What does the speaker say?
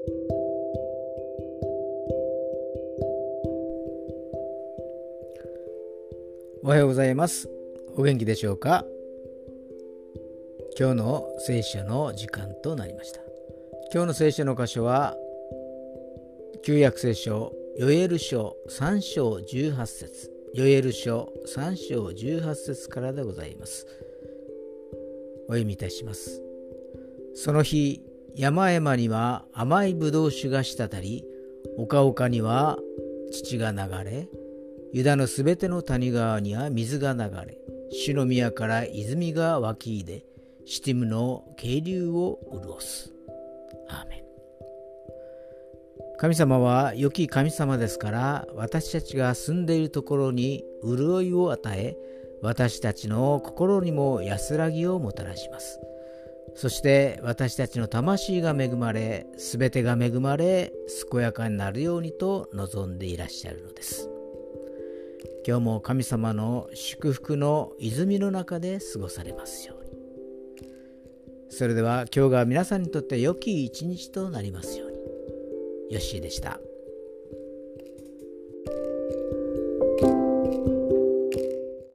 おはようございます。お元気でしょうか。今日の聖書の時間となりました。今日の聖書の箇所は旧約聖書ヨエル書3章18節、ヨエル書3章18節からでございます。お読みいたします。その日、山々には甘いブドウ酒が滴り、丘々には乳が流れ、ユダのすべての谷川には水が流れ、主の宮から泉が湧き出、シティムの渓流を潤す。アーメン。神様は良き神様ですから、私たちが住んでいるところに潤いを与え、私たちの心にも安らぎをもたらします。そして私たちの魂が恵まれ、すべてが恵まれ、健やかになるようにと望んでいらっしゃるのです。今日も神様の祝福の泉の中で過ごされますように。それでは今日が皆さんにとって良き一日となりますように。ヨッシーでした。